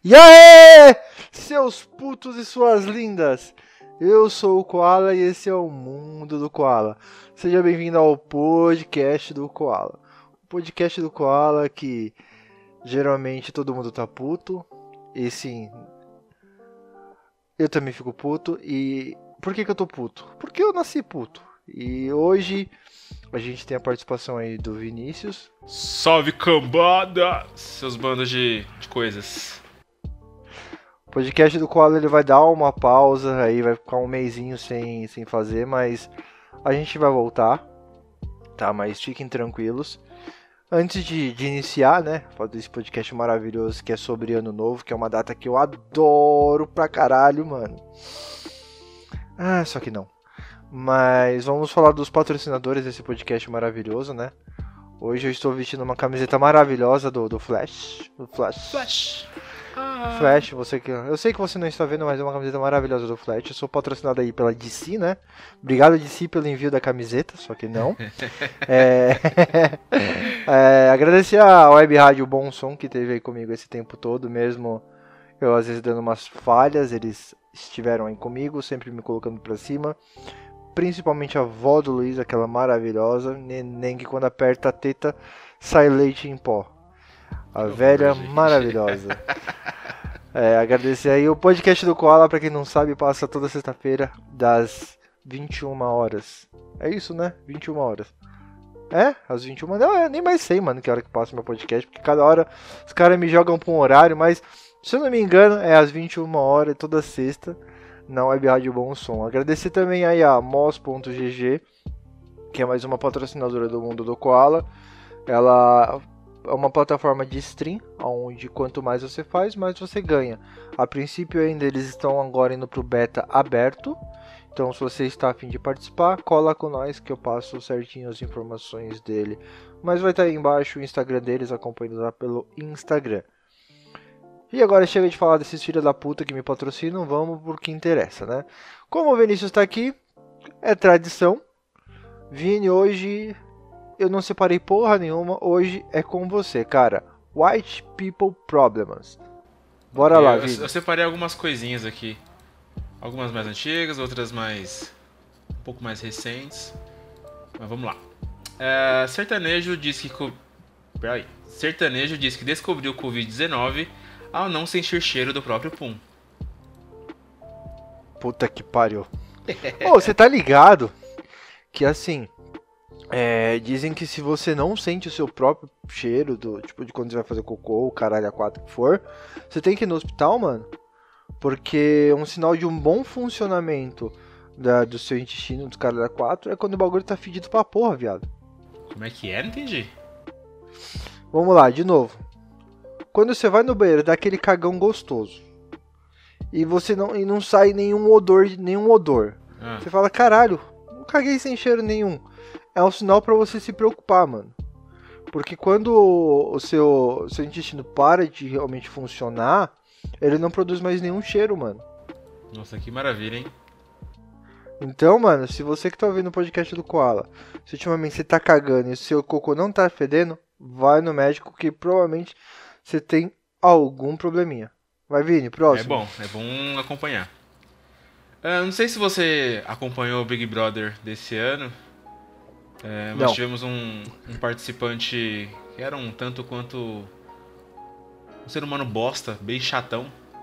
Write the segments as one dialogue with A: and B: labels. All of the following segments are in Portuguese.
A: E aí, seus putos e suas lindas! Eu sou o Koala e esse é o Mundo do Koala. Seja bem-vindo ao podcast do Koala. O podcast do Koala que geralmente todo mundo tá puto. E sim, eu também fico puto. E por que eu tô puto? Porque eu nasci puto. E hoje a gente tem a participação aí do Vinícius.
B: Salve cambada! Seus bandos de coisas.
A: O podcast do Koala ele vai dar uma pausa, aí vai ficar um mesinho sem fazer, mas a gente vai voltar, tá? Mas fiquem tranquilos. Antes de iniciar, né, fazer esse podcast maravilhoso que é sobre Ano Novo, que é uma data que eu adoro pra caralho, mano. Ah, só que não. Mas vamos falar dos patrocinadores desse podcast maravilhoso, né? Hoje eu estou vestindo uma camiseta maravilhosa do Flash. Do Flash. Flash, eu sei que você não está vendo, mas é uma camiseta maravilhosa do Flash. Eu sou patrocinado aí pela DC, né? Obrigado, DC, pelo envio da camiseta, só que não. Agradecer a Web Rádio Bom Som, que esteve aí comigo esse tempo todo, mesmo eu às vezes dando umas falhas, eles estiveram aí comigo, sempre me colocando pra cima. Principalmente a avó do Luiz, aquela maravilhosa, neném que quando aperta a teta sai leite em pó. A velha maravilhosa. Agradecer aí o podcast do Koala, pra quem não sabe, passa toda sexta-feira das 21 horas. É isso, né? 21 horas. Às 21 horas. Eu nem mais sei, mano, que hora que passa o meu podcast, porque cada hora os caras me jogam pra um horário, mas se eu não me engano é às 21 horas, toda sexta, na Web Rádio Bom Som. Agradecer também aí a Mos.gg, que é mais uma patrocinadora do Mundo do Koala. Ela é uma plataforma de stream, onde quanto mais você faz, mais você ganha. A princípio ainda eles estão agora indo para o beta aberto, então se você está a fim de participar, cola com nós que eu passo certinho as informações dele. Mas vai estar aí embaixo o Instagram deles, acompanhando lá pelo Instagram. E agora chega de falar desses filhos da puta que me patrocinam, vamos pro que interessa, né? Como o Vinícius está aqui, é tradição. Vini, hoje eu não separei porra nenhuma, hoje é com você, cara. White People Problems. Bora lá, Vini.
B: Eu separei algumas coisinhas aqui. Algumas mais antigas, outras mais um pouco mais recentes. Mas vamos lá. Sertanejo diz que descobriu o Covid-19 ao não sentir cheiro do próprio pum.
A: Puta que pariu. Você tá ligado que assim, dizem que se você não sente o seu próprio cheiro, tipo de quando você vai fazer cocô, o caralho a quatro que for, você tem que ir no hospital, mano. Porque um sinal de um bom funcionamento do seu intestino, dos caralho a quatro, é quando o bagulho tá fedido pra porra, viado.
B: Como é que é? Não entendi.
A: Vamos lá, de novo. Quando você vai no banheiro, dá aquele cagão gostoso. E você não sai nenhum odor. Você fala, caralho, não caguei sem cheiro nenhum. É um sinal pra você se preocupar, mano. Porque quando o seu intestino para de realmente funcionar, ele não produz mais nenhum cheiro, mano.
B: Nossa, que maravilha, hein?
A: Então, mano, se você que tá ouvindo o podcast do Koala, se ultimamente você tá cagando e o seu cocô não tá fedendo, vai no médico que provavelmente você tem algum probleminha. Vai, Vini, próximo.
B: É bom acompanhar. Não sei se você acompanhou o Big Brother desse ano. Nós tivemos um participante que era um tanto quanto um ser humano bosta, bem chatão.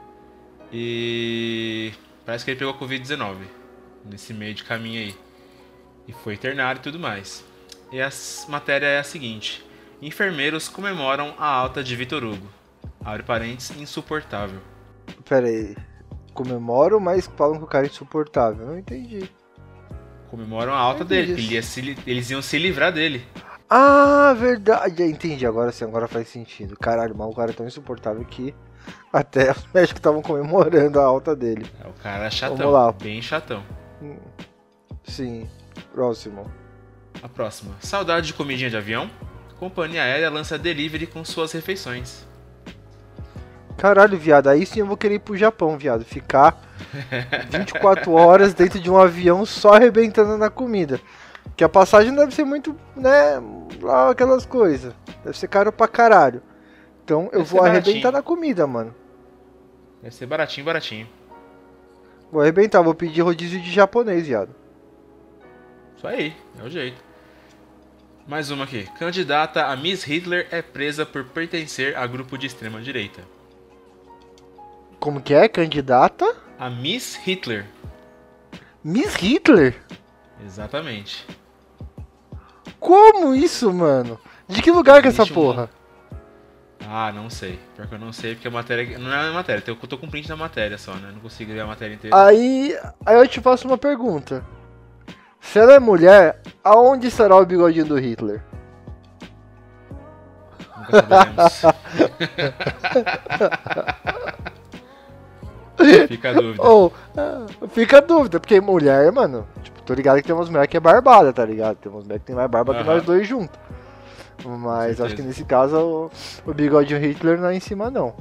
B: E parece que ele pegou a Covid-19 nesse meio de caminho aí. E foi internado e tudo mais. E a matéria é a seguinte: enfermeiros comemoram a alta de Vitor Hugo. Abre parênteses, insuportável.
A: Pera aí. Comemoram, mas falam que o cara é insuportável. Não entendi.
B: Comemoram a alta dele. Eles iam se livrar dele.
A: Ah, verdade. Entendi. Agora sim, agora faz sentido. Caralho, mas o cara é tão insuportável que até os médicos estavam comemorando a alta dele.
B: O cara é chatão.
A: Vamos lá.
B: Bem chatão.
A: Sim. Próximo.
B: A próxima. Saudade de comidinha de avião? Companhia aérea lança delivery com suas refeições.
A: Caralho, viado, aí sim eu vou querer ir pro Japão, viado. Ficar 24 horas dentro de um avião só arrebentando na comida. Porque a passagem deve ser muito, né, lá aquelas coisas. Deve ser caro pra caralho. Então eu vou arrebentar na comida, mano.
B: Vai ser baratinho, baratinho.
A: Vou arrebentar, vou pedir rodízio de japonês, viado.
B: Isso aí, é o jeito. Mais uma aqui. Candidata a Miss Hitler é presa por pertencer a grupo de extrema direita.
A: Como que é? Candidata?
B: A Miss Hitler.
A: Miss Hitler?
B: Exatamente.
A: Como isso, mano? De que lugar que é essa porra?
B: Ah, não sei. Pior que eu não sei, porque a matéria... Não é a matéria, eu tô com print da matéria só, né? Não consigo ler a matéria inteira.
A: Aí eu te faço uma pergunta. Se ela é mulher, aonde estará o bigodinho do Hitler?
B: Nunca saberemos. Fica a dúvida.
A: Fica a dúvida, porque mulher, mano, tipo, tô ligado que tem umas mulheres que é barbada, tá ligado? Tem umas mulheres que tem mais barba que nós dois juntos. Mas acho que nesse caso o bigodinho Hitler não é em cima, não.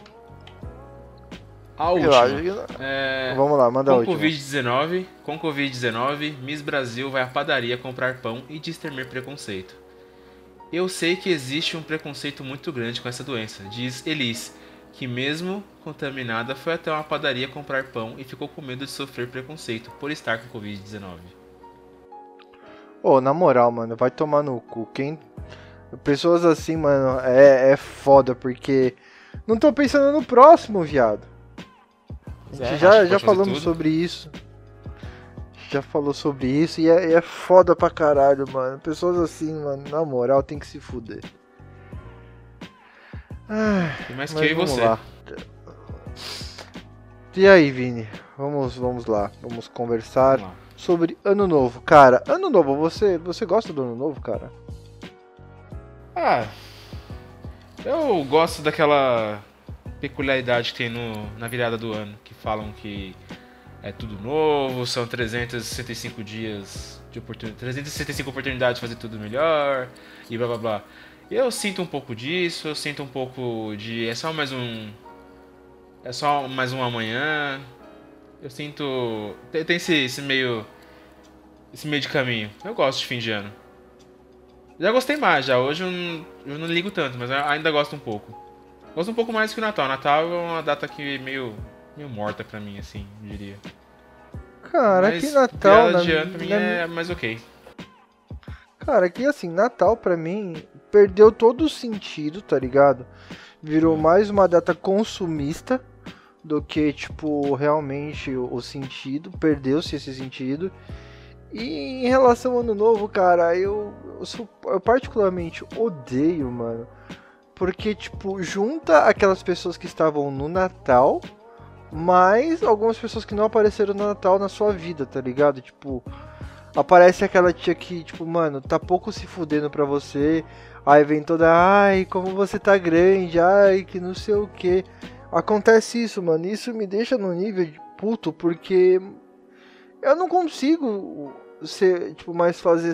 B: A última.
A: Vamos lá, manda a última.
B: Com Covid-19, Miss Brasil vai à padaria comprar pão e diz temer preconceito. Eu sei que existe um preconceito muito grande com essa doença, diz Elis, que mesmo contaminada foi até uma padaria comprar pão e ficou com medo de sofrer preconceito por estar com Covid-19.
A: Na moral, mano, vai tomar no cu. Pessoas assim, mano, é foda, porque não tô pensando no próximo, viado. A gente já falamos sobre isso. Já falou sobre isso e é foda pra caralho, mano. Pessoas assim, mano, na moral, tem que se fuder.
B: Mas que eu e você.
A: Lá. E aí, Vini? Vamos lá. Vamos conversar sobre Ano Novo. Cara, Ano Novo, você gosta do Ano Novo, cara?
B: Eu gosto daquela peculiaridade que tem na virada do ano, que falam que é tudo novo, são 365 dias de 365 oportunidades de fazer tudo melhor e blá blá blá. Eu sinto um pouco disso, eu sinto um pouco de é só mais um amanhã. Eu sinto tem esse meio de caminho. Eu gosto de fim de ano. Já gostei mais, já hoje eu não ligo tanto, mas eu ainda gosto um pouco. Gosto um pouco mais que o Natal. Natal é uma data que meio morta pra mim, assim, eu diria.
A: Cara, mas que Natal
B: de ano pra mim é mais ok.
A: Cara, que assim, Natal pra mim perdeu todo o sentido, tá ligado? Virou mais uma data consumista do que, tipo, realmente o sentido. Perdeu-se esse sentido. E em relação ao Ano Novo, cara, eu particularmente odeio, mano. Porque, tipo, junta aquelas pessoas que estavam no Natal, mais algumas pessoas que não apareceram no Natal na sua vida, tá ligado? Tipo, aparece aquela tia que, tipo, mano, tá pouco se fudendo pra você. Aí vem toda, ai, como você tá grande, ai, que não sei o que. Acontece isso, mano. Isso me deixa no nível de puto, porque eu não consigo ser, tipo, mais fazer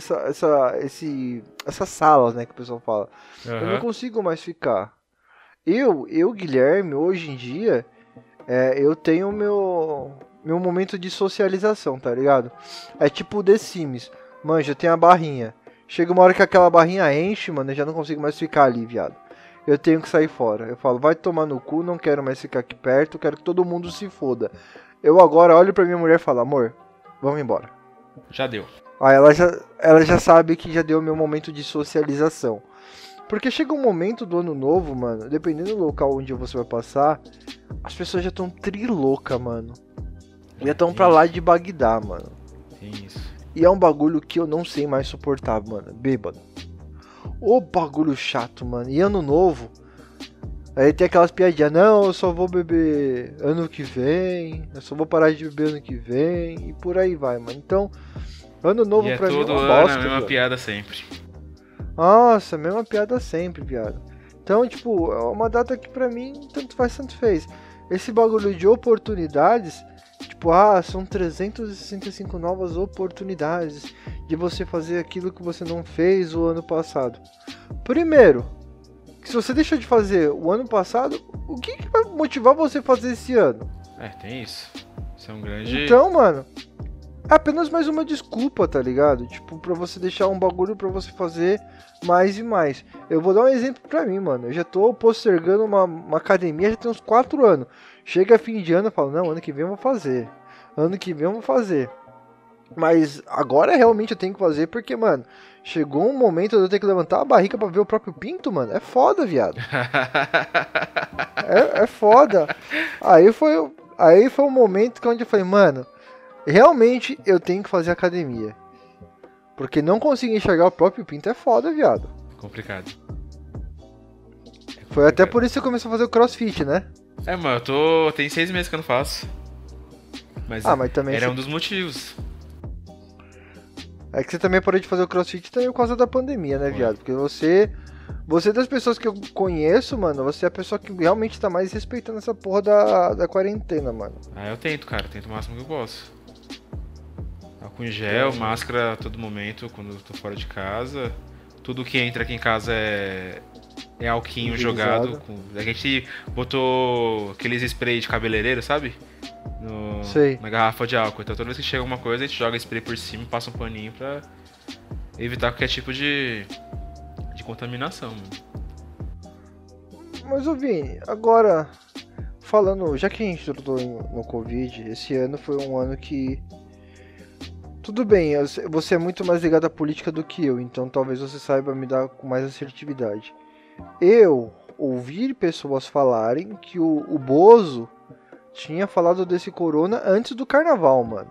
A: essas salas, né, que o pessoal fala. Uhum. Eu não consigo mais ficar. Eu, Guilherme, hoje em dia, eu tenho meu momento de socialização, tá ligado? É tipo The Sims. Manja, tem a barrinha. Chega uma hora que aquela barrinha enche, mano, eu já não consigo mais ficar ali, viado. Eu tenho que sair fora. Eu falo, vai tomar no cu, não quero mais ficar aqui perto, quero que todo mundo se foda. Eu agora olho pra minha mulher e falo, amor, vamos embora.
B: Já deu.
A: Aí ela já sabe que já deu o meu momento de socialização. Porque chega um momento do Ano Novo, mano, dependendo do local onde você vai passar, as pessoas já estão trilouca, mano. Já estão pra lá de Bagdá, mano.
B: Isso.
A: E é um bagulho que eu não sei mais suportar, mano. Bêbado. Ô bagulho chato, mano. E Ano Novo, aí tem aquelas piadinhas. Não, eu só vou beber ano que vem. Eu só vou parar de beber ano que vem. E por aí vai, mano. Então, Ano Novo pra mim é uma bosta.
B: É a mesma piada sempre.
A: Nossa, mesma piada sempre, viado. Então, tipo, é uma data que pra mim tanto faz, tanto fez. Esse bagulho de oportunidades, tipo, são 365 novas oportunidades de você fazer aquilo que você não fez o ano passado. Primeiro, que se você deixou de fazer o ano passado, o que vai motivar você a fazer esse ano?
B: Tem isso. Isso é um grande...
A: Então, mano, é apenas mais uma desculpa, tá ligado? Tipo, pra você deixar um bagulho pra você fazer mais e mais. Eu vou dar um exemplo pra mim, mano. Eu já tô postergando uma academia já tem uns 4 anos. Chega fim de ano eu falo, não, ano que vem eu vou fazer. Ano que vem eu vou fazer. Mas agora realmente eu tenho que fazer porque, mano, chegou um momento de eu ter que levantar a barriga pra ver o próprio pinto, mano. É foda, viado. É foda. Aí foi o momento onde eu falei, mano, realmente eu tenho que fazer academia. Porque não conseguir enxergar o próprio pinto é foda, viado.
B: Complicado.
A: Foi até por isso que eu comecei a fazer o CrossFit, né?
B: Mano, tem 6 meses que eu não faço. Mas
A: também
B: era um dos motivos.
A: É que você também parou de fazer o CrossFit também por causa da pandemia, né, viado? Porque você das pessoas que eu conheço, mano, você é a pessoa que realmente tá mais respeitando essa porra da quarentena, mano.
B: Eu tento, cara. Tento o máximo que eu posso. Álcool em gel, máscara a todo momento quando eu tô fora de casa. Tudo que entra aqui em casa é alquinho jogado. A gente botou aqueles spray de cabeleireiro, sabe? Na garrafa de álcool. Então toda vez que chega alguma coisa, a gente joga spray por cima e passa um paninho pra evitar qualquer tipo de contaminação. Mano.
A: Mas, ô Vini, agora, falando, já que a gente tratou no Covid, esse ano foi um ano que... Tudo bem, você é muito mais ligado à política do que eu, então talvez você saiba me dar com mais assertividade. Eu ouvi pessoas falarem que o Bozo tinha falado desse corona antes do carnaval, mano.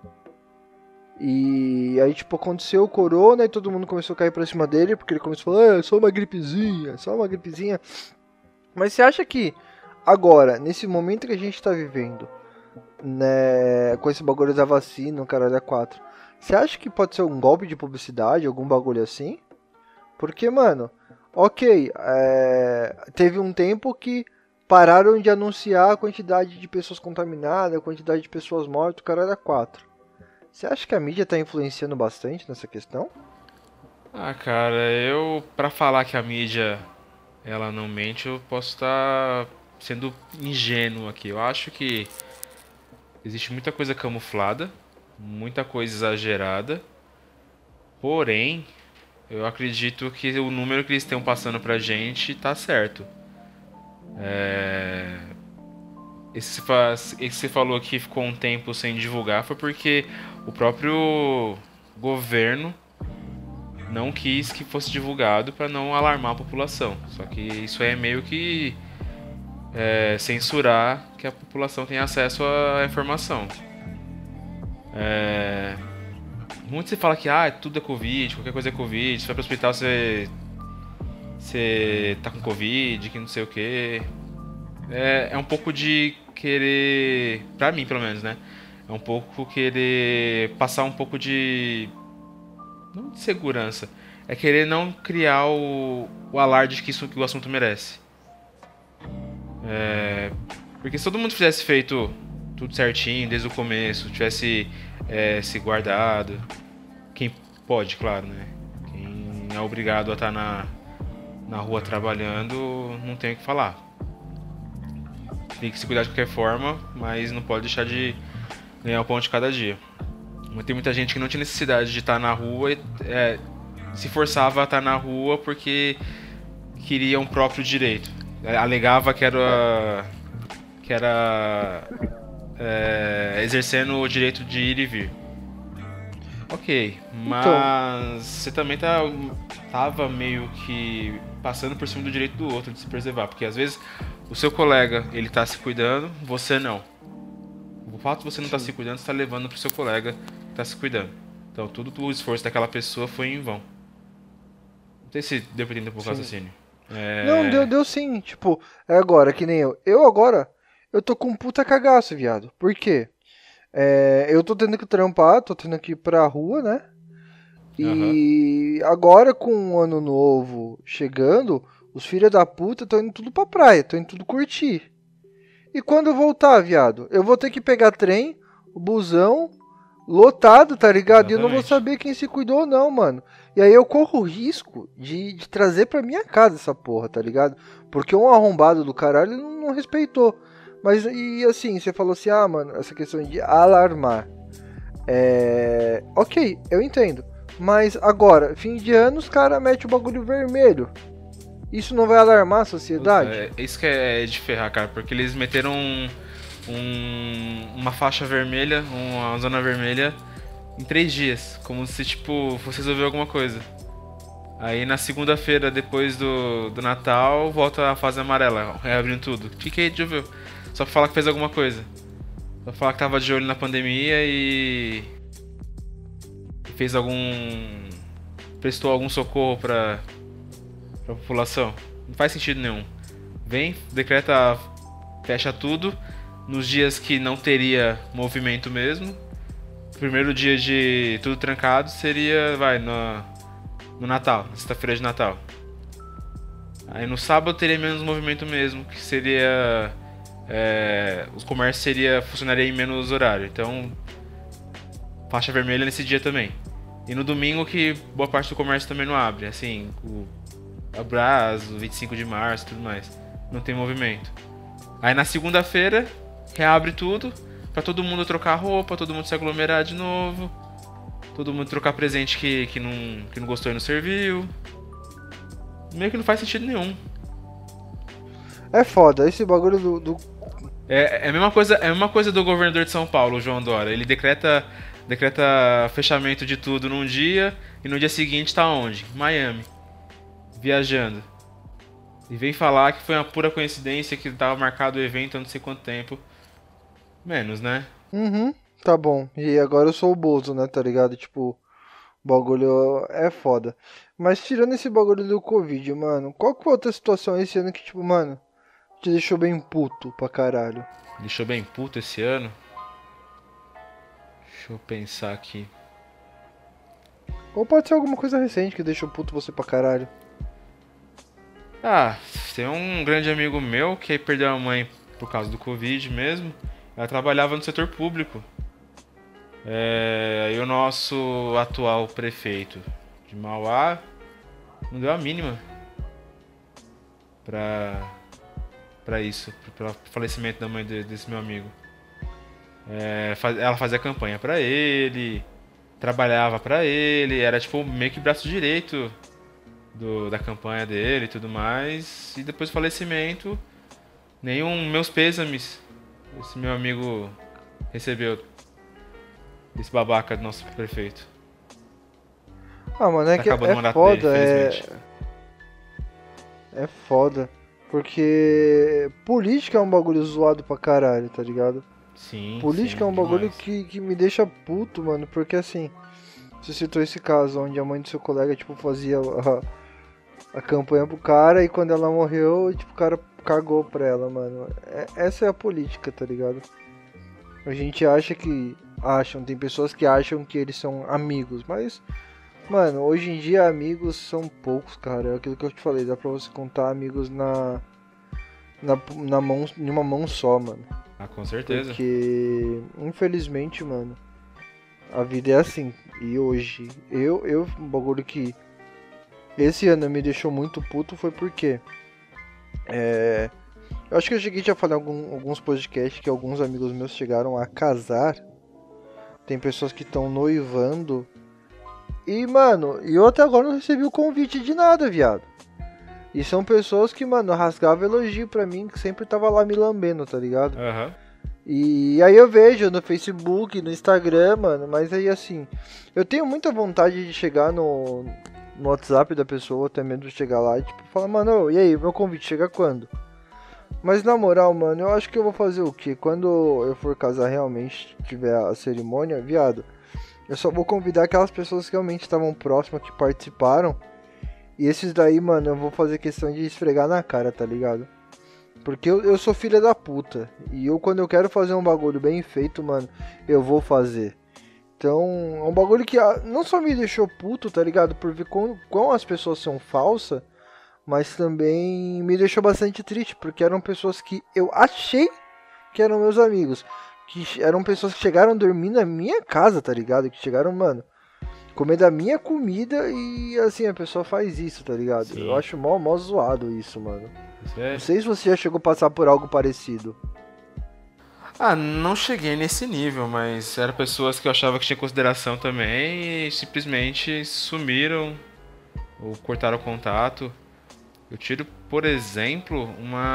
A: E aí, tipo, aconteceu o corona e todo mundo começou a cair pra cima dele, porque ele começou a falar, é só uma gripezinha. Mas você acha que agora, nesse momento que a gente tá vivendo, né, com esse bagulho da vacina, o caralho A4, você acha que pode ser um golpe de publicidade, algum bagulho assim? Porque, mano, ok, teve um tempo que pararam de anunciar a quantidade de pessoas contaminadas, a quantidade de pessoas mortas, o caralho A4. Você acha que a mídia tá influenciando bastante nessa questão?
B: Cara, pra falar que a mídia ela não mente, eu posso estar sendo ingênuo aqui. Eu acho que existe muita coisa camuflada, muita coisa exagerada. Porém, eu acredito que o número que eles estão passando pra gente tá certo. Esse que você falou que ficou um tempo sem divulgar foi porque o próprio governo não quis que fosse divulgado para não alarmar a população. Só que isso é meio que censurar que a população tenha acesso à informação. Muito se fala que tudo é Covid, qualquer coisa é Covid, se vai pro hospital você tá com Covid, que não sei o que. É um pouco de querer, pra mim pelo menos, né? É um pouco querer passar um pouco de... não de segurança. É querer não criar o alarde que o assunto merece. Porque se todo mundo tivesse feito tudo certinho desde o começo, tivesse se guardado, quem pode, claro, né? Quem é obrigado a estar na rua trabalhando, não tem o que falar. Tem que se cuidar de qualquer forma, mas não pode deixar de ganhar o pão de cada dia. Mas tem muita gente que não tinha necessidade de estar na rua e se forçava a estar na rua porque queria um próprio direito. Alegava que era exercendo o direito de ir e vir. Ok, mas você também tava meio que passando por cima do direito do outro de se preservar, porque às vezes o seu colega ele tá se cuidando, você não. O fato de você não estar se cuidando, você tá levando pro seu colega que tá se cuidando. Então todo o esforço daquela pessoa foi em vão. Não sei se deu pra entender um pouco o raciocínio.
A: Não, deu sim. Tipo, agora, que nem eu. Eu tô com um puta cagaço, viado. Por quê? Eu tô tendo que trampar, tô tendo que ir pra rua, né? E agora com o ano novo chegando, os filhos da puta estão indo tudo pra praia, estão indo tudo curtir. E quando eu voltar, viado, eu vou ter que pegar trem, o busão, lotado, tá ligado? Exatamente. E eu não vou saber quem se cuidou ou não, mano. E aí eu corro o risco de trazer pra minha casa essa porra, tá ligado? Porque um arrombado do caralho não respeitou. Mas, e assim, você falou assim, mano, essa questão de alarmar. Ok, eu entendo. Mas agora, fim de ano, os caras metem o bagulho vermelho. Isso não vai alarmar a sociedade?
B: Isso que é de ferrar, cara, porque eles meteram uma faixa vermelha, uma zona vermelha, em 3 dias. Como se, tipo, fosse resolver alguma coisa. Aí na segunda-feira, depois do Natal, volta a fase amarela, reabrindo tudo. O que resolveu? Só pra falar que fez alguma coisa. Só pra falar que tava de olho na pandemia e fez prestou algum socorro pra população. Não faz sentido nenhum. Vem, decreta, fecha tudo nos dias que não teria movimento mesmo. Primeiro dia de tudo trancado seria, no Natal, na sexta-feira de Natal. Aí no sábado teria menos movimento mesmo, que seria os comércios funcionaria em menos horário. Então, faixa vermelha nesse dia também. E no domingo que boa parte do comércio também não abre, assim, o Brás, o 25 de março e tudo mais. Não tem movimento. Aí na segunda-feira, reabre tudo, pra todo mundo trocar roupa, todo mundo se aglomerar de novo, todo mundo trocar presente que não gostou e não serviu. Meio que não faz sentido nenhum.
A: É foda, esse bagulho do...
B: É a mesma coisa do governador de São Paulo, o João Dória. Ele decreta fechamento de tudo num dia e no dia seguinte tá onde? Miami. Viajando. E vem falar que foi uma pura coincidência que tava marcado o evento há não sei quanto tempo. Menos, né?
A: Tá bom. E agora eu sou o Bozo, né, tá ligado? Tipo, o bagulho é foda. Mas tirando esse bagulho do Covid, mano, qual que foi outra situação esse ano que, tipo, mano, te deixou bem puto pra caralho?
B: Deixou bem puto esse ano? Deixa eu pensar aqui.
A: Ou pode ser alguma coisa recente que deixou puto você pra caralho.
B: Tem um grande amigo meu que perdeu a mãe por causa do Covid mesmo. Ela trabalhava no setor público. E o nosso atual prefeito de Mauá não deu a mínima pra isso, pelo falecimento da mãe desse meu amigo. Ela fazia campanha pra ele, trabalhava pra ele, era tipo meio que braço direito da campanha dele e tudo mais. E depois do falecimento, nenhum meus pêsames esse meu amigo recebeu desse babaca do nosso prefeito.
A: Mano, é
B: Tá
A: que
B: acabando o mandato
A: foda,
B: dele, infelizmente.
A: É foda. Porque política é um bagulho zoado pra caralho, tá ligado?
B: Sim,
A: Política é um bagulho que me deixa puto, mano. Porque assim, você citou esse caso onde a mãe do seu colega, tipo, fazia a campanha pro cara e quando ela morreu, tipo, o cara cagou pra ela, mano. Essa é a política, tá ligado? A gente acha que... tem pessoas que acham que eles são amigos, mas... Mano, hoje em dia amigos são poucos, cara. É aquilo que eu te falei, dá pra você contar amigos em uma mão só, mano.
B: Com certeza.
A: Porque, infelizmente, mano, a vida é assim. E hoje, um bagulho que esse ano me deixou muito puto foi porque... eu acho que eu cheguei a falar em alguns podcasts que alguns amigos meus chegaram a casar. Tem pessoas que estão noivando. E, mano, eu até agora não recebi o convite de nada, viado. E são pessoas que, mano, rasgavam elogio pra mim, que sempre tava lá me lambendo, tá ligado? E aí eu vejo no Facebook, no Instagram, mano, mas aí assim, eu tenho muita vontade de chegar no WhatsApp da pessoa, até mesmo chegar lá e tipo, falar, mano, e aí, meu convite chega quando? Mas na moral, mano, eu acho que eu vou fazer o quê? Quando eu for casar realmente, tiver a cerimônia, viado, eu só vou convidar aquelas pessoas que realmente estavam próximas, que participaram. E esses daí, mano, eu vou fazer questão de esfregar na cara, tá ligado? Porque eu sou filha da puta. E quando eu quero fazer um bagulho bem feito, mano, eu vou fazer. Então, é um bagulho que não só me deixou puto, tá ligado? Por ver quão as pessoas são falsas, mas também me deixou bastante triste, porque eram pessoas que eu achei que eram meus amigos. Que eram pessoas que chegaram a dormir na minha casa, tá ligado? Que chegaram, mano, comer da minha comida e assim, a pessoa faz isso, tá ligado? Sim. Eu acho mó zoado isso, mano. Não sei se você já chegou a passar por algo parecido.
B: Ah, não cheguei nesse nível, mas eram pessoas que eu achava que tinha consideração também e simplesmente sumiram ou cortaram o contato. Eu tiro, por exemplo,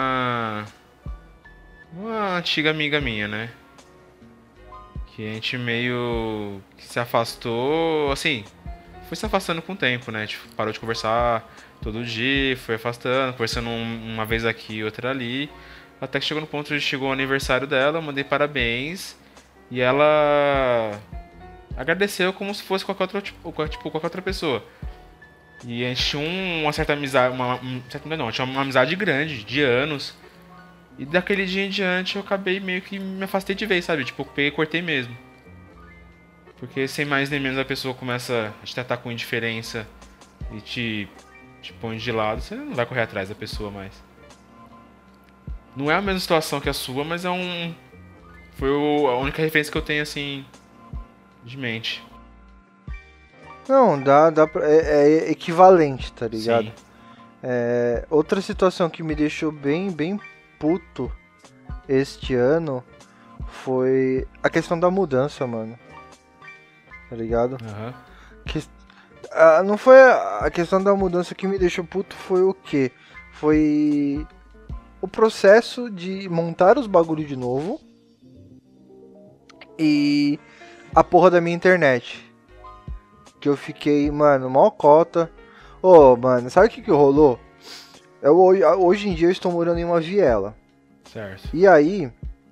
B: uma antiga amiga minha, né? Que a gente meio que se afastou, assim, foi se afastando com o tempo, né? Tipo, parou de conversar todo dia, foi afastando, conversando uma vez aqui, outra ali. Até que chegou no ponto de chegou o aniversário dela, eu mandei parabéns. E ela agradeceu como se fosse qualquer outra, tipo, qualquer outra pessoa. E a gente tinha uma certa amizade, não, tinha uma amizade grande, de anos. E daquele dia em diante eu acabei meio que me afastei de vez, sabe? Tipo, eu peguei e cortei mesmo. Porque sem mais nem menos a pessoa começa a te tratar com indiferença e te põe de lado, você não vai correr atrás da pessoa mais. Não é a mesma situação que a sua, mas é um. Foi a única referência que eu tenho assim de mente.
A: Não, é equivalente, tá ligado?
B: Sim.
A: Outra situação que me deixou bem puto este ano foi a questão da mudança, mano. Tá ligado?
B: Aham.
A: Não foi a questão da mudança que me deixou puto, foi o quê? Foi o processo de montar os bagulho de novo e a porra da minha internet. Que eu fiquei, mano, mó cota. Mano, sabe o que rolou? Hoje em dia eu estou morando em uma viela.
B: Certo.
A: E aí,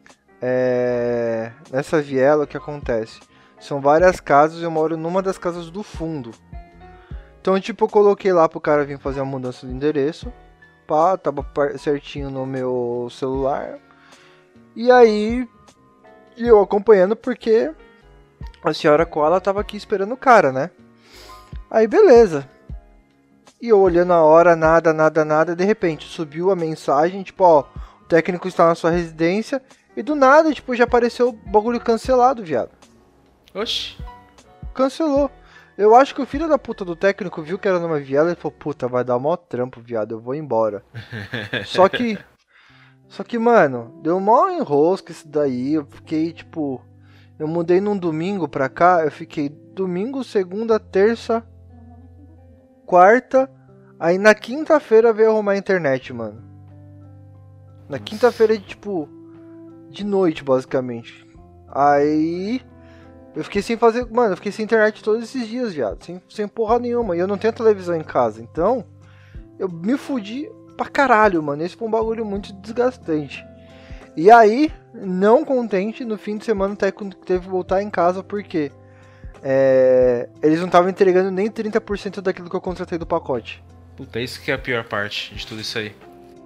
A: nessa viela o que acontece? São várias casas e eu moro numa das casas do fundo. Então, tipo, eu coloquei lá pro cara vir fazer a mudança de endereço. Pá, tava certinho no meu celular. E aí, eu acompanhando porque a senhora Koala tava aqui esperando o cara, né? Aí, beleza. E eu olhando a hora, nada. De repente, subiu a mensagem, tipo, ó, o técnico está na sua residência. E do nada, tipo, já apareceu o bagulho cancelado, viado.
B: Oxi.
A: Cancelou. Eu acho que o filho da puta do técnico viu que era numa viela e falou, puta, vai dar mó trampo, viado, eu vou embora. Só que, mano, deu mó enrosco isso daí, eu fiquei, tipo, eu mudei num domingo pra cá, eu fiquei domingo, segunda, terça, quarta, aí na quinta-feira veio arrumar a internet, mano. Na quinta-feira, tipo, de noite, basicamente. Aí eu fiquei sem fazer, mano, eu fiquei sem internet todos esses dias, viado, sem porra nenhuma, e eu não tenho televisão em casa, então eu me fudi pra caralho, mano, esse foi um bagulho muito desgastante. E aí, não contente, no fim de semana o técnico teve que voltar em casa, porque eles não estavam entregando nem 30% daquilo que eu contratei do pacote.
B: Puta, isso que é a pior parte de tudo isso aí.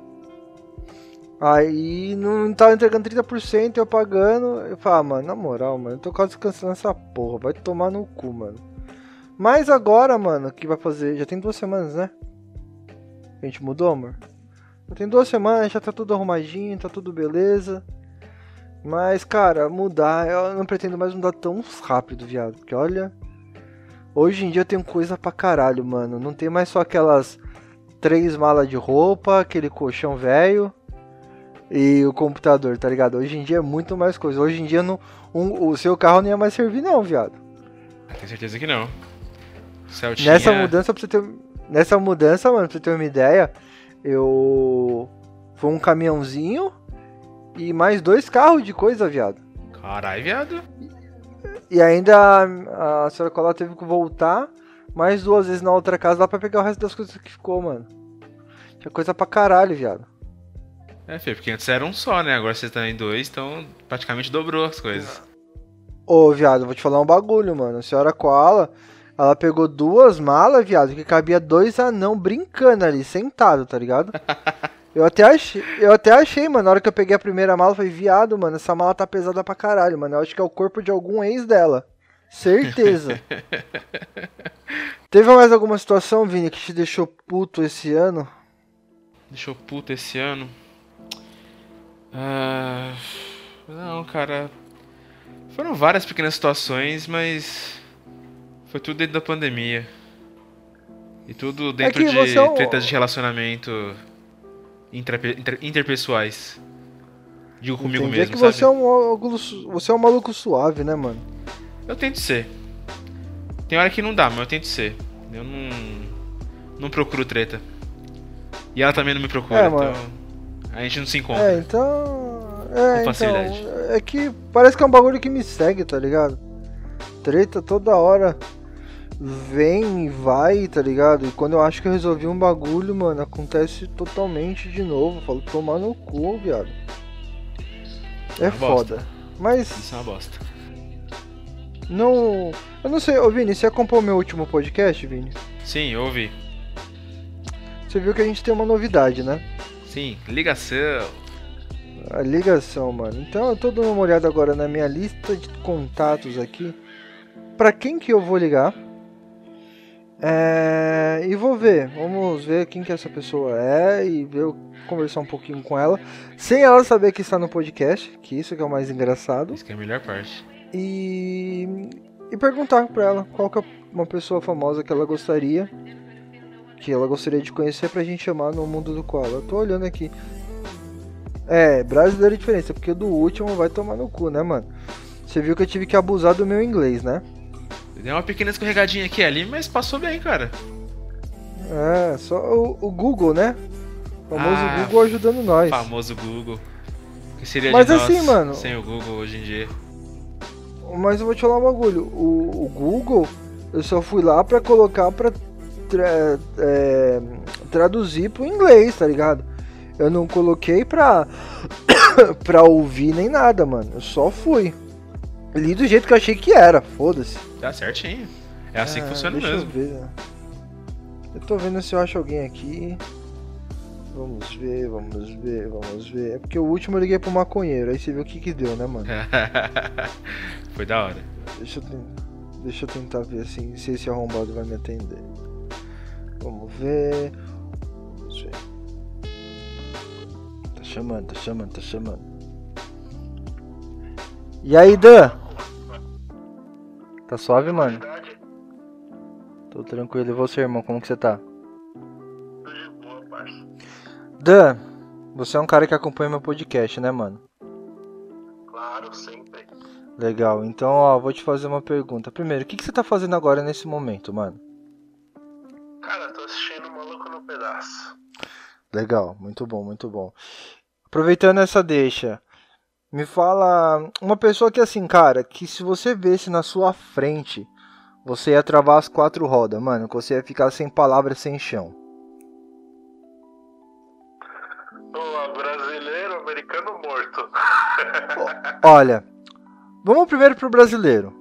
A: Aí não tava entregando 30%, eu pagando. Eu falei, mano, na moral, mano, eu tô quase cancelando essa porra, vai tomar no cu, mano. Mas agora, mano, que vai fazer. Já tem 2 semanas, né? A gente mudou, amor? Já tem 2 semanas, já tá tudo arrumadinho, tá tudo beleza. Mas, cara, mudar, eu não pretendo mais mudar tão rápido, viado. Porque olha, hoje em dia eu tenho coisa pra caralho, mano. Não tem mais só aquelas 3 malas de roupa, aquele colchão velho e o computador, tá ligado? Hoje em dia é muito mais coisa. Hoje em dia o seu carro não ia mais servir não, viado.
B: Tenho certeza que não.
A: Celtinha... Nessa mudança, mano, pra você ter uma ideia, foi um caminhãozinho e mais 2 carros de coisa, viado.
B: Caralho, viado.
A: E ainda a senhora Cola teve que voltar mais 2 vezes na outra casa lá pra pegar o resto das coisas que ficou, mano. Tinha coisa pra caralho, viado.
B: Filho, porque antes era um só, né? Agora vocês estão em 2, então praticamente dobrou as coisas.
A: Ô, viado, vou te falar um bagulho, mano. A senhora Koala, ela pegou 2 malas, viado, que cabia 2 anão brincando ali, sentado, tá ligado? Eu até achei, mano, na hora que eu peguei a primeira mala, eu falei, viado, mano, essa mala tá pesada pra caralho, mano. Eu acho que é o corpo de algum ex dela. Certeza. Teve mais alguma situação, Vini, que te deixou puto esse ano?
B: Deixou puto esse ano? Não, cara. Foram várias pequenas situações, mas foi tudo dentro da pandemia. E tudo dentro de tretas de relacionamento interpessoais. Digo comigo
A: Entendi.
B: mesmo,
A: É que
B: sabe?
A: você é um maluco suave, né, mano?
B: Eu tento ser. Tem hora que não dá, mas eu tento ser. Eu não procuro treta. E ela também não me procura, então a gente não se encontra. Com facilidade.
A: É que parece que é um bagulho que me segue, tá ligado? Treta toda hora vem e vai, tá ligado? E quando eu acho que eu resolvi um bagulho, mano, acontece totalmente de novo. Eu falo, tomar no cu, viado. É foda.
B: Bosta.
A: Mas.
B: Isso é uma bosta.
A: Não. Eu não sei, ô Vini, você acompanhou meu último podcast, Vini?
B: Sim, eu ouvi.
A: Você viu que a gente tem uma novidade, né?
B: Sim, ligação.
A: A ligação, mano. Então eu tô dando uma olhada agora na minha lista de contatos aqui. Pra quem que eu vou ligar? E vou ver. Vamos ver quem que essa pessoa é e conversar um pouquinho com ela. Sem ela saber que está no podcast. Que isso que é o mais engraçado.
B: Isso que é a melhor parte.
A: E perguntar pra ela qual que é uma pessoa famosa que ela gostaria de conhecer pra gente chamar no mundo do Koala. Eu tô olhando aqui. Brasileiro é diferença, porque do último vai tomar no cu, né, mano? Você viu que eu tive que abusar do meu inglês, né?
B: Deu uma pequena escorregadinha aqui e ali, mas passou bem, cara.
A: Só o Google, né? O famoso Google ajudando nós.
B: Famoso Google. O que seria
A: mas
B: de nós
A: assim, mano,
B: sem o Google hoje em dia?
A: Mas eu vou te falar um bagulho. O Google, eu só fui lá pra colocar pra traduzir pro inglês, tá ligado? Eu não coloquei pra ouvir nem nada, mano. Eu só fui. Li do jeito que eu achei que era, foda-se.
B: Tá certinho. É assim que funciona
A: deixa
B: mesmo.
A: Eu ver. Eu tô vendo se eu acho alguém aqui. Vamos ver. É porque o último eu liguei pro maconheiro, aí você viu o que deu, né, mano?
B: Foi da hora.
A: Deixa eu tentar ver assim, se esse arrombado vai me atender. Vamos ver. Tá chamando. E aí, Dan? Tá suave, mano? Tô tranquilo. E você, irmão? Como que você tá?
C: Tô de boa, parça.
A: Dan, você é um cara que acompanha meu podcast, né, mano?
C: Claro, sempre.
A: Legal. Então, ó, vou te fazer uma pergunta. Primeiro, o que você tá fazendo agora nesse momento, mano?
C: Cara, tô assistindo Maluco no Pedaço.
A: Legal. Muito bom. Aproveitando essa deixa, me fala uma pessoa que assim, cara, que se você visse na sua frente, você ia travar as 4 rodas, mano, que você ia ficar sem palavras, sem chão.
C: Brasileiro, americano morto.
A: Olha, vamos primeiro pro brasileiro.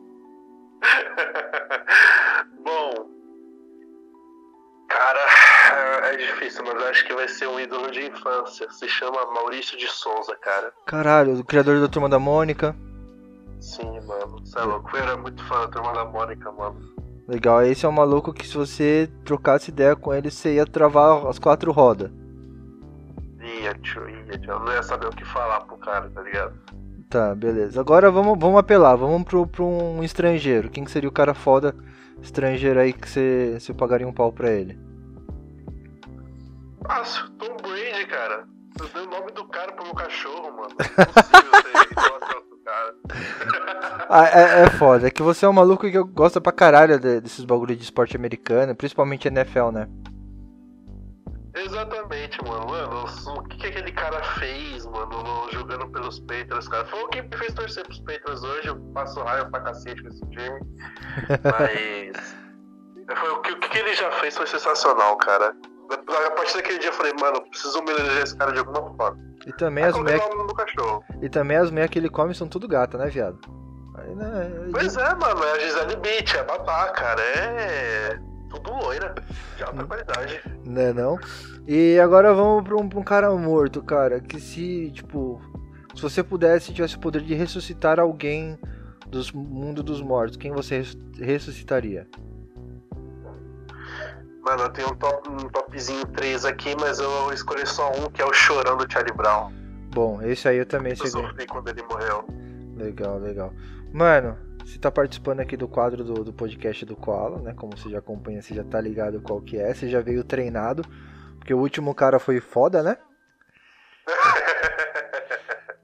C: Bom, cara, é difícil, mas acho que vai ser um ídolo de infância. Se chama Maurício de Souza, cara.
A: Caralho, o criador da Turma da Mônica.
C: Sim, mano, você é louco. Eu era muito fã da Turma da Mônica, mano.
A: Legal, esse é um maluco que se você trocasse ideia com ele, você ia travar as 4 rodas.
C: Ia, tio. Eu não ia saber o que falar pro cara, tá ligado?
A: Tá, beleza. Agora vamos apelar, vamos pro um estrangeiro. Quem que seria o cara foda estrangeiro aí que você pagaria um pau pra ele?
C: Nossa, Tom Brady, cara. Eu dei o nome do cara pro meu cachorro, mano. Não é possível ser igual do cara.
A: É foda, é que você é um maluco que gosta pra caralho desses bagulho de esporte americano, principalmente NFL, né?
C: Exatamente, mano. Mano, o que aquele cara fez, mano, jogando pelos Patriots, cara? Foi o que me fez torcer pros Patriots hoje. Eu passo raiva pra cacete com esse time. Mas o que ele já fez foi sensacional, cara. A partir daquele dia eu falei, mano, preciso homenagear esse cara de alguma forma.
A: E também as mulheres que ele come são tudo gata, né, viado? Aí, né,
C: Pois é, mano, é a Gisele Bündchen, é babá, cara, é tudo loira, de alta qualidade.
A: Né, não? E agora vamos pra um cara morto, cara, que se você tivesse o poder de ressuscitar alguém do mundo dos mortos, quem você ressuscitaria?
C: Mano, eu tenho um topzinho 3 aqui, mas eu vou escolher só um, que é o Chorão do Charlie Brown.
A: Bom, esse aí eu também
C: Eu sofri quando ele morreu.
A: Legal. Mano, você tá participando aqui do quadro do podcast do Koala, né? Como você já acompanha, você já tá ligado qual que é. Você já veio treinado, porque o último cara foi foda, né?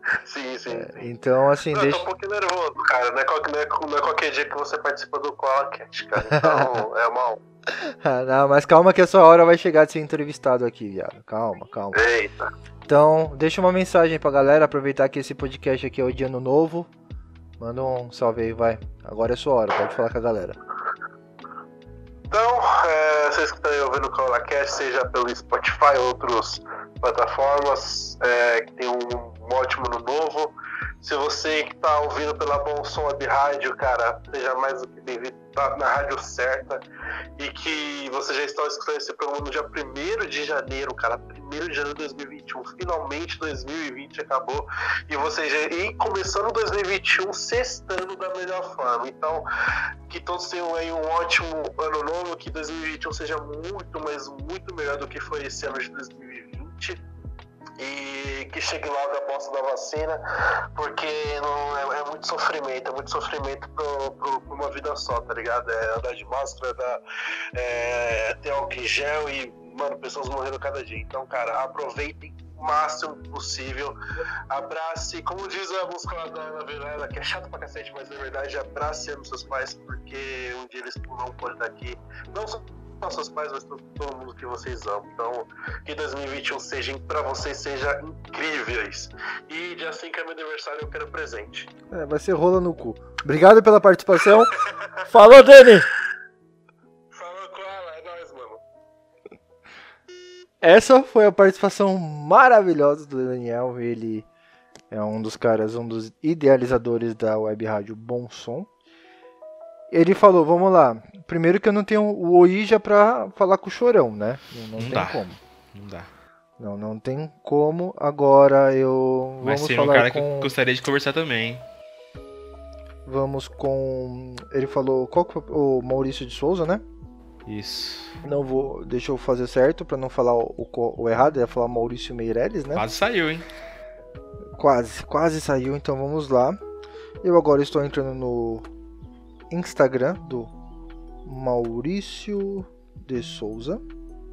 C: sim.
A: Então, assim,
C: eu tô um pouquinho nervoso, cara. Não é qualquer dia que você participa do Qualcast, cara. Então, é uma honra.
A: Não, mas calma que a sua hora vai chegar de ser entrevistado aqui, viado. Calma.
C: Eita.
A: Então, deixa uma mensagem pra galera, aproveitar que esse podcast aqui é o de ano novo. Manda um salve aí, vai. Agora é sua hora, pode falar com a galera.
C: Então, vocês que estão ouvindo o Qualcast, seja pelo Spotify ou outras plataformas, que tem um ótimo ano novo. Se você que está ouvindo pela Bom Som Web Rádio, cara, seja mais do que bem-vindo, tá na rádio certa. E que você já está escutando esse programa no dia 1º de janeiro, cara. 1º de janeiro de 2021. Finalmente 2020 acabou. E você já começando 2021, sextando da melhor forma. Então, que todos tenham aí um ótimo ano novo. Que 2021 seja muito, mas muito melhor do que foi esse ano de 2020. E que chegue logo a bosta da vacina, porque não é muito sofrimento pra uma vida só, tá ligado? É andar de máscara, ter álcool em gel e, mano, pessoas morrendo cada dia. Então, cara, aproveitem o máximo possível, abrace, como diz a música lá da Ana Vilela, que é chato pra cacete, mas na verdade abrace os seus pais, porque um dia eles não podem estar aqui, não só seus pais, mas todo mundo que vocês amam. Então, que 2021 pra vocês seja incríveis. E dia 5 é meu aniversário, eu quero presente.
A: Vai ser rola no cu. Obrigado pela participação. Falou, Dani!
C: Falou, Koala, é nóis, mano.
A: Essa foi a participação maravilhosa do Daniel. Ele é um dos caras, um dos idealizadores da web rádio Bom Som. Ele falou, vamos lá. Primeiro que eu não tenho o Ouija pra falar com o Chorão, né? Não tem como.
B: Não dá.
A: Não tem como. Agora eu...
B: Mas
A: vamos
B: tem
A: falar
B: um cara
A: com...
B: que eu gostaria de conversar também.
A: Vamos com... Ele falou... Qual que foi? O Maurício de Souza, né?
B: Isso.
A: Não vou... Deixa eu fazer certo pra não falar o errado. Eu ia falar Maurício Meirelles, né?
B: Quase saiu, hein?
A: Quase saiu. Então vamos lá. Eu agora estou entrando no Instagram do Maurício de Souza.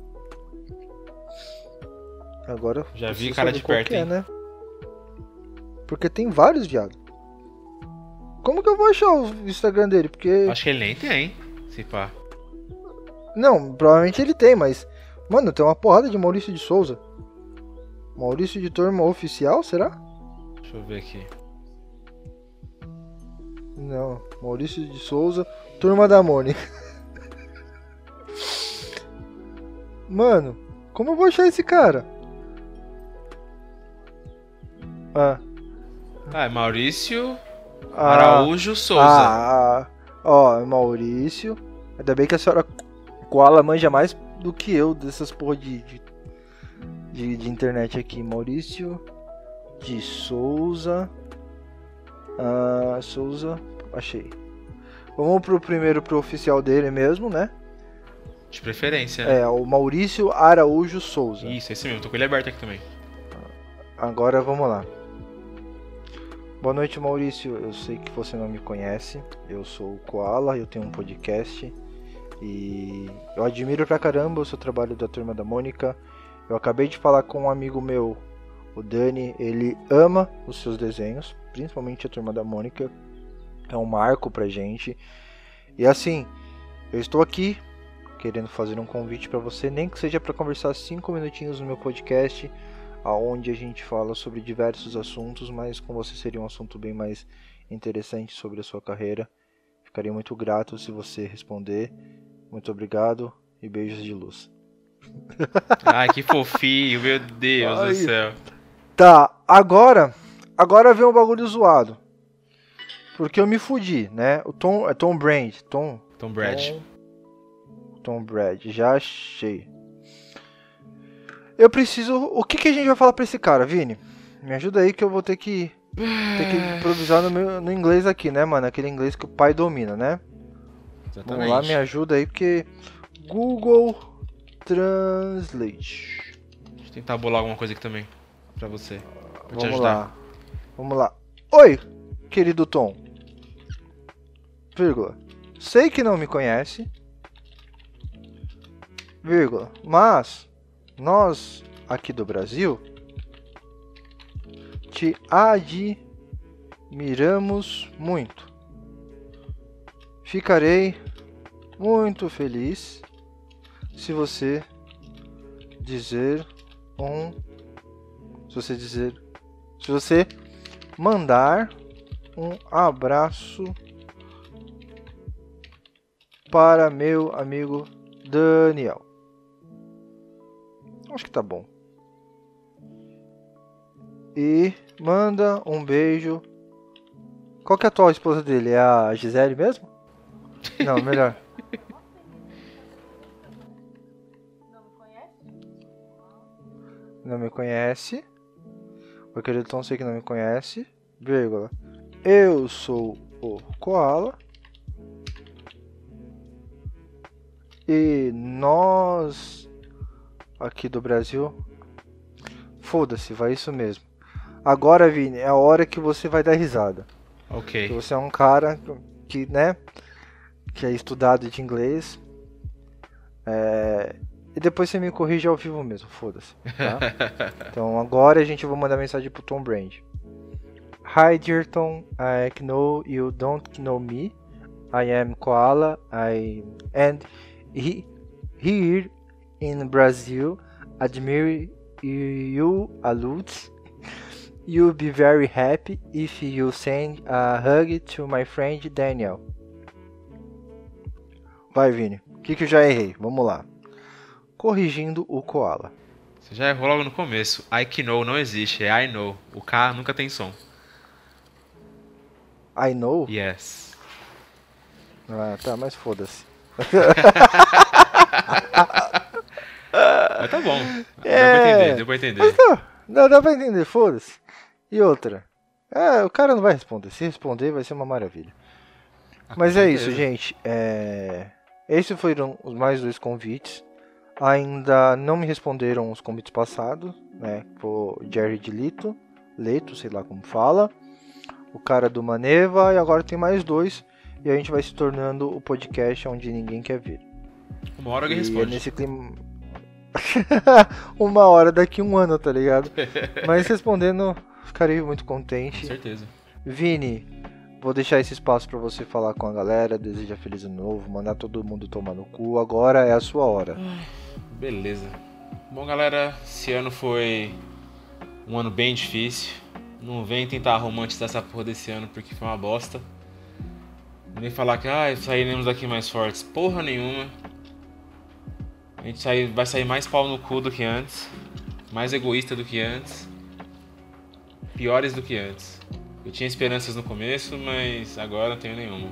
A: Agora
B: já vi cara de perto, hein?
A: né? Porque tem vários, viado. Como que eu vou achar o Instagram dele? Porque...
B: acho que ele nem tem, se pá.
A: Não, provavelmente ele tem, mas... Mano, tem uma porrada de Maurício de Souza. Maurício de Turma Oficial, será?
B: Deixa eu ver aqui.
A: Não, Maurício de Souza, Turma da Mônica. Mano, como eu vou achar esse cara?
B: É Maurício Araújo Souza.
A: Maurício. Ainda bem que a senhora Koala manja mais do que eu dessas porra de internet aqui. Maurício de Souza. Souza, achei. Vamos pro oficial dele mesmo, né?
B: De preferência, né?
A: É, o Maurício Araújo Souza.
B: Isso, esse mesmo, tô com ele aberto aqui também.
A: Agora vamos lá. Boa noite, Maurício. Eu sei que você não me conhece. Eu sou o Koala, eu tenho um podcast. E eu admiro pra caramba o seu trabalho da Turma da Mônica. Eu acabei de falar com um amigo meu, o Dani. Ele ama os seus desenhos, principalmente a Turma da Mônica. É um marco pra gente. E assim, eu estou aqui querendo fazer um convite pra você, nem que seja pra conversar 5 minutinhos no meu podcast, aonde a gente fala sobre diversos assuntos, mas com você seria um assunto bem mais interessante sobre a sua carreira. Ficaria muito grato se você responder. Muito obrigado e beijos de luz.
B: Ai, que fofinho, meu Deus do céu.
A: Tá, agora vem um bagulho zoado. Porque eu me fudi, né? O Tom Brand. Tom Brand, já achei. Eu preciso... O que a gente vai falar pra esse cara, Vini? Me ajuda aí que eu vou ter que improvisar no inglês aqui, né, mano? Aquele inglês que o pai domina, né?
B: Exatamente.
A: Vamos lá, me ajuda aí, porque... Google Translate.
B: Deixa eu tentar bolar alguma coisa aqui também pra você. Pra te ajudar.
A: Vamos lá. Oi, querido Tom. Vírgula. Sei que não me conhece. Vírgula. Mas... nós, aqui do Brasil, te admiramos muito. Ficarei muito feliz se você mandar um abraço para meu amigo Daniel. Acho que tá bom. E manda um beijo. Qual que é a atual esposa dele? É a Gisele mesmo? Não, melhor. Não me conhece. O querido Tom sei que não me conhece. Vírgula. Eu sou o Koala. E nós aqui do Brasil. Foda-se, vai isso mesmo. Agora, Vini, é a hora que você vai dar risada.
B: Ok.
A: Você é um cara que, né, que é estudado de inglês. E depois você me corrige ao vivo mesmo, foda-se, tá? Então agora a gente vai mandar mensagem pro Tom Brand. Hi dear Tom, I know you don't know me. I am Koala. And here in Brazil, admire you a lot. You'll be very happy if you send a hug to my friend Daniel. Vai, Vini. O que eu já errei? Vamos lá. Corrigindo o Koala.
B: Você já errou logo no começo. I know não existe, é I know. O K nunca tem som.
A: I know?
B: Yes.
A: Ah, tá, mas foda-se.
B: Mas tá bom. Deu pra entender.
A: Mas tá, dá pra entender, foda-se. E outra. O cara não vai responder. Se responder, vai ser uma maravilha. Mas é isso, gente. Esses foram os mais 2 convites. Ainda não me responderam os convites passados, né? O Jerry de Leto, sei lá como fala. O cara do Maneva. E agora tem mais 2. E a gente vai se tornando o podcast onde ninguém quer ver.
B: Uma hora alguém responde.
A: Nesse clima... Uma hora daqui 1 ano, tá ligado? Mas respondendo, ficarei muito contente.
B: Com certeza.
A: Vini, vou deixar esse espaço pra você falar com a galera, desejar feliz ano novo, mandar todo mundo tomar no cu. Agora é a sua hora.
B: Beleza. Bom, galera, esse ano foi um ano bem difícil. Não vem tentar romantizar essa porra desse ano porque foi uma bosta. Nem falar que sairemos daqui mais fortes. Porra nenhuma. A gente vai sair mais pau no cu do que antes. Mais egoísta do que antes. Piores do que antes. Eu tinha esperanças no começo, mas agora não tenho nenhuma.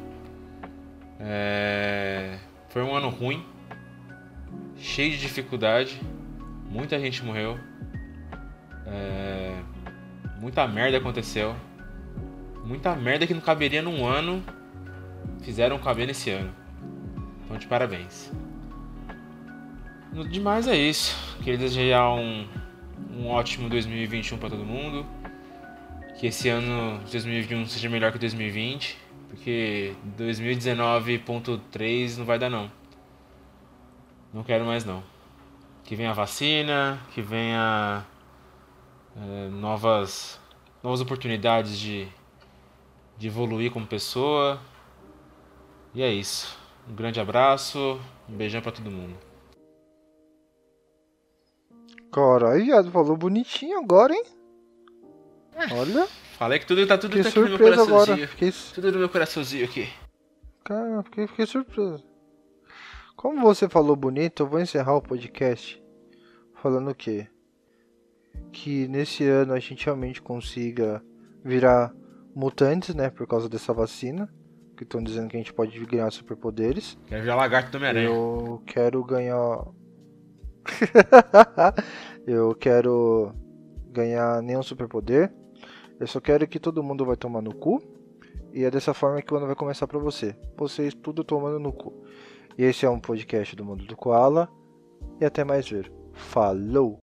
B: Foi um ano ruim. Cheio de dificuldade. Muita gente morreu. Muita merda aconteceu. Muita merda que não caberia num ano. Fizeram caber nesse ano. Então, de parabéns. No demais é isso. Queria desejar um ótimo 2021 para todo mundo. Que esse ano de 2021 seja melhor que 2020. Porque 2019.3 não vai dar não. Não quero mais não. Que venha a vacina, que venha novas oportunidades de evoluir como pessoa. E é isso. Um grande abraço, um beijão pra todo mundo.
A: Caralho, viado, falou bonitinho agora, hein? Olha.
B: Falei que tudo tá aqui no meu
A: Agora.
B: coraçãozinho. Tudo no meu coraçãozinho aqui.
A: Cara, fiquei surpreso. Como você falou bonito, eu vou encerrar o podcast falando o quê? Que nesse ano a gente realmente consiga virar mutantes, né? Por causa dessa vacina. Que estão dizendo que a gente pode ganhar superpoderes.
B: Quero virar lagarto do Homem-Aranha.
A: Eu quero ganhar... Eu quero ganhar nenhum superpoder. Eu só quero que todo mundo vai tomar no cu. E é dessa forma que o ano vai começar pra você. Vocês tudo tomando no cu. E esse é um podcast do Mundo do Koala. E até mais ver. Falou!